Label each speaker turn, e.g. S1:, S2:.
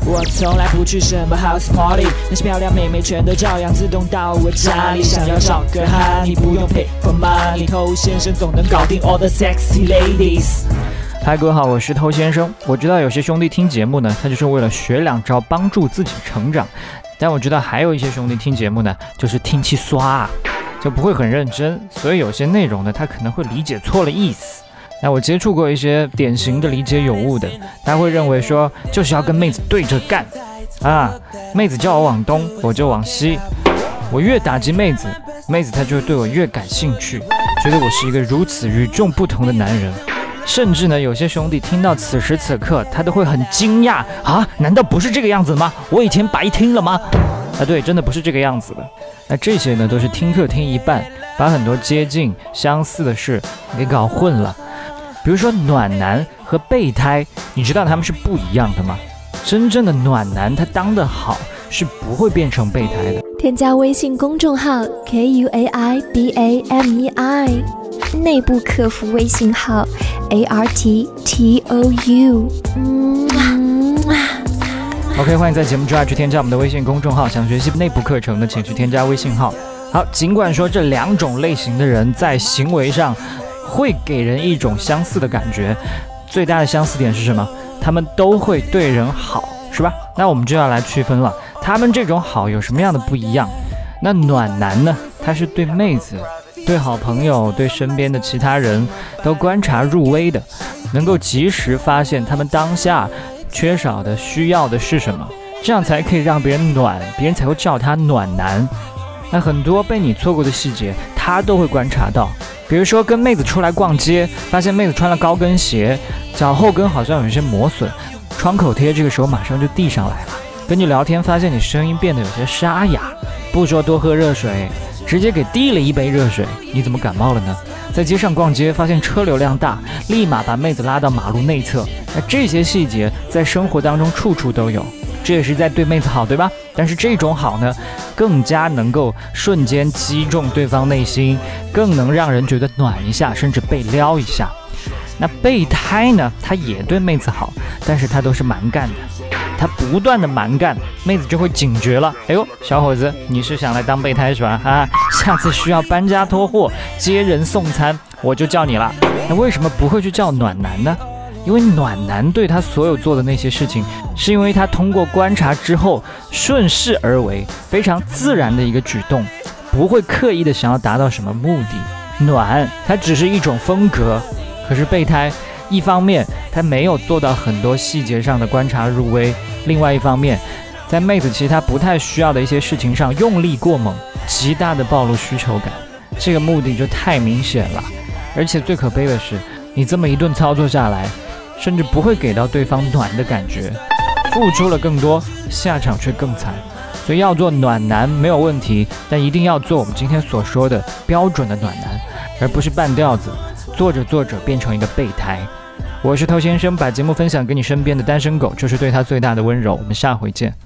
S1: 我从来不去什么 house party， 那些漂亮妹妹全都照样自动到我家里。想要找个哈，你不用 pay for money， 偷先生总能搞定 all the sexy ladies。
S2: 嗨，各位好，我是偷先生。我知道有些兄弟听节目呢，他就是为了学两招帮助自己成长，但我知道还有一些兄弟听节目呢，就是听气刷，就不会很认真，所以有些内容呢，他可能会理解错了意思。那我接触过一些典型的理解有误的，他会认为说就是要跟妹子对着干啊，妹子叫我往东，我就往西，我越打击妹子，妹子她就会对我越感兴趣，觉得我是一个如此与众不同的男人。甚至呢，有些兄弟听到此时此刻，他都会很惊讶啊，难道不是这个样子吗？我以前白听了吗？啊，对，真的不是这个样子的。那这些呢，都是听课听一半，把很多接近相似的事给搞混了。比如说暖男和备胎，你知道他们是不一样的吗？真正的暖男他当得好是不会变成备胎的。
S3: 添加微信公众号 KUAIBAMEI， 内部客服微信号 ARTTOU。
S2: OK， 欢迎在节目之外去添加我们的微信公众号，想学习内部课程的请去添加微信号。好，尽管说这两种类型的人在行为上会给人一种相似的感觉，最大的相似点是什么？他们都会对人好，是吧？那我们就要来区分了，他们这种好有什么样的不一样？那暖男呢，他是对妹子、对好朋友、对身边的其他人都观察入微的，能够及时发现他们当下缺少的、需要的是什么，这样才可以让别人暖，别人才会叫他暖男。那很多被你错过的细节，他都会观察到。比如说跟妹子出来逛街，发现妹子穿了高跟鞋，脚后跟好像有一些磨损，创口贴这个时候马上就递上来了。跟你聊天，发现你声音变得有些沙哑，不说多喝热水，直接给递了一杯热水，你怎么感冒了呢？在街上逛街，发现车流量大，立马把妹子拉到马路内侧。那这些细节在生活当中处处都有，这也是在对妹子好，对吧？但是这种好呢，更加能够瞬间击中对方内心，更能让人觉得暖一下，甚至被撩一下。那备胎呢，他也对妹子好，但是他都是蛮干的，他不断的蛮干，妹子就会警觉了。哎呦，小伙子，你是想来当备胎是吧？啊，下次需要搬家拖货、接人送餐，我就叫你了。那为什么不会去叫暖男呢？因为暖男对他所有做的那些事情，是因为他通过观察之后顺势而为，非常自然的一个举动，不会刻意的想要达到什么目的。暖，它只是一种风格，可是备胎，一方面他没有做到很多细节上的观察入微，另外一方面，在妹子其他不太需要的一些事情上用力过猛，极大的暴露需求感，这个目的就太明显了。而且最可悲的是，你这么一顿操作下来，甚至不会给到对方暖的感觉，付出了更多，下场却更惨。所以要做暖男没有问题，但一定要做我们今天所说的标准的暖男，而不是半吊子，做着做着变成一个备胎。我是偷先生，把节目分享给你身边的单身狗，这是对他最大的温柔。我们下回见。